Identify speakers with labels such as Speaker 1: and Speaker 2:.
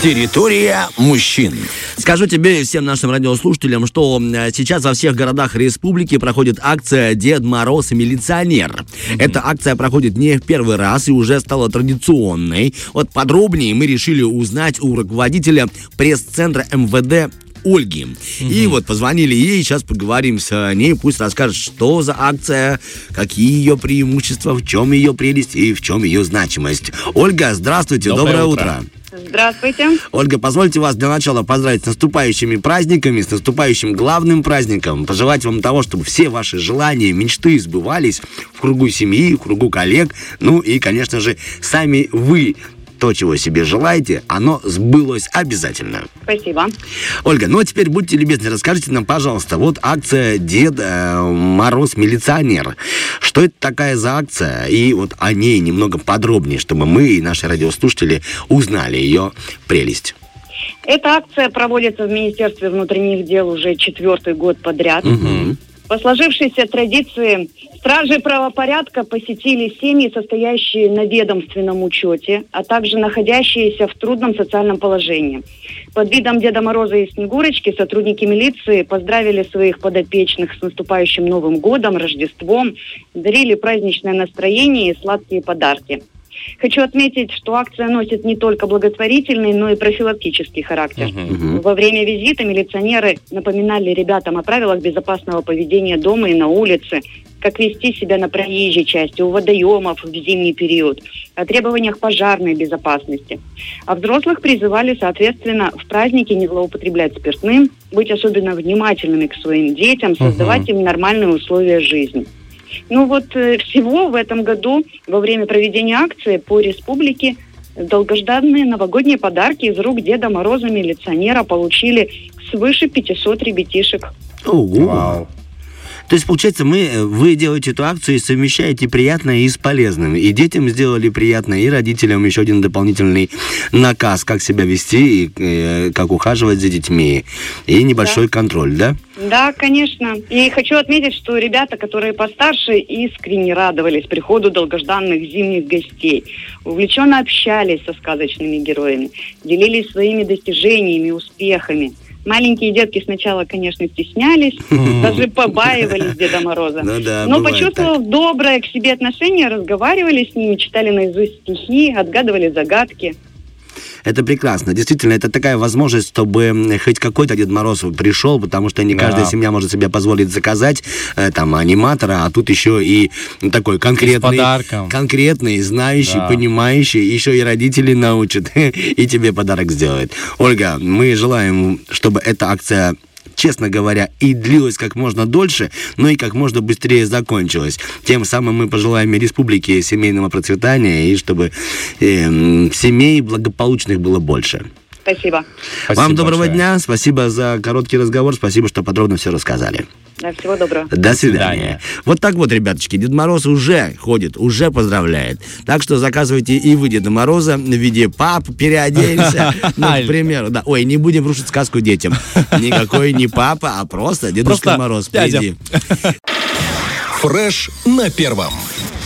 Speaker 1: Территория мужчин.
Speaker 2: Скажу тебе и всем нашим радиослушателям, что сейчас во всех городах республики проходит акция «Дед Мороз и милиционер». Эта акция проходит не в первый раз и уже стала традиционной. Вот подробнее мы решили узнать у руководителя пресс-центра МВД Ольги. И вот позвонили ей, сейчас поговорим с ней, пусть расскажет, что за акция, какие ее преимущества, в чем ее прелесть и в чем ее значимость. Ольга, здравствуйте, доброе утро.
Speaker 3: Здравствуйте.
Speaker 2: Ольга, позвольте вас для начала поздравить с наступающими праздниками, с наступающим главным праздником, пожелать вам того, чтобы все ваши желания, мечты сбывались в кругу семьи, в кругу коллег, ну и, конечно же, сами вы. То, чего себе желаете, оно сбылось обязательно.
Speaker 3: Спасибо.
Speaker 2: Ольга, ну а теперь будьте любезны, расскажите нам, пожалуйста, вот акция «Дед Мороз милиционер». Что это такая за акция? И вот о ней немного подробнее, чтобы мы и наши радиослушатели узнали ее прелесть.
Speaker 3: Эта акция проводится в Министерстве внутренних дел уже 4-й год подряд. По сложившейся традиции стражи правопорядка посетили семьи, состоящие на ведомственном учете, а также находящиеся в трудном социальном положении. Под видом Деда Мороза и Снегурочки сотрудники милиции поздравили своих подопечных с наступающим Новым годом, Рождеством, дарили праздничное настроение и сладкие подарки. Хочу отметить, что акция носит не только благотворительный, но и профилактический характер. Во время визита милиционеры напоминали ребятам о правилах безопасного поведения дома и на улице, как вести себя на проезжей части, у водоемов в зимний период, о требованиях пожарной безопасности. А взрослых призывали, соответственно, в праздники не злоупотреблять спиртным, быть особенно внимательными к своим детям, создавать им нормальные условия жизни. Ну вот всего в этом году во время проведения акции по республике долгожданные новогодние подарки из рук Деда Мороза милиционера получили свыше 500 ребятишек.
Speaker 2: Ого! Вау. То есть, получается, вы делаете эту акцию и совмещаете приятное и с полезным. И детям сделали приятно, и родителям еще один дополнительный наказ, как себя вести, и как ухаживать за детьми. И небольшой контроль, да?
Speaker 3: Да, конечно. И хочу отметить, что ребята, которые постарше, искренне радовались приходу долгожданных зимних гостей. Увлеченно общались со сказочными героями, делились своими достижениями, успехами. Маленькие детки сначала, конечно, стеснялись, даже побаивались Деда Мороза. Но, почувствовав доброе к себе отношение, разговаривали с ними, читали наизусть стихи, отгадывали загадки.
Speaker 2: Это прекрасно. Действительно, это такая возможность, чтобы хоть какой-то Дед Мороз пришел, потому что не каждая семья может себе позволить заказать там аниматора, а тут еще и такой конкретный, знающий, понимающий, еще и родители научат и тебе подарок сделают. Ольга, мы желаем, чтобы эта акция, честно говоря, и длилась как можно дольше, но и как можно быстрее закончилась. Тем самым мы пожелаем республике семейного процветания и чтобы семей благополучных было больше.
Speaker 3: Спасибо.
Speaker 2: Вам доброго дня, спасибо за короткий разговор, спасибо, что подробно все рассказали.
Speaker 3: Да, всего доброго.
Speaker 2: До свидания. Вот так вот, ребяточки, Дед Мороз уже ходит, уже поздравляет. Так что заказывайте и вы Деда Мороза в виде пап, переоденься, ну, к примеру. Да. Ой, не будем рушить сказку детям. Никакой не папа, а просто Дедушка Мороз. Приди.
Speaker 1: Фреш на первом.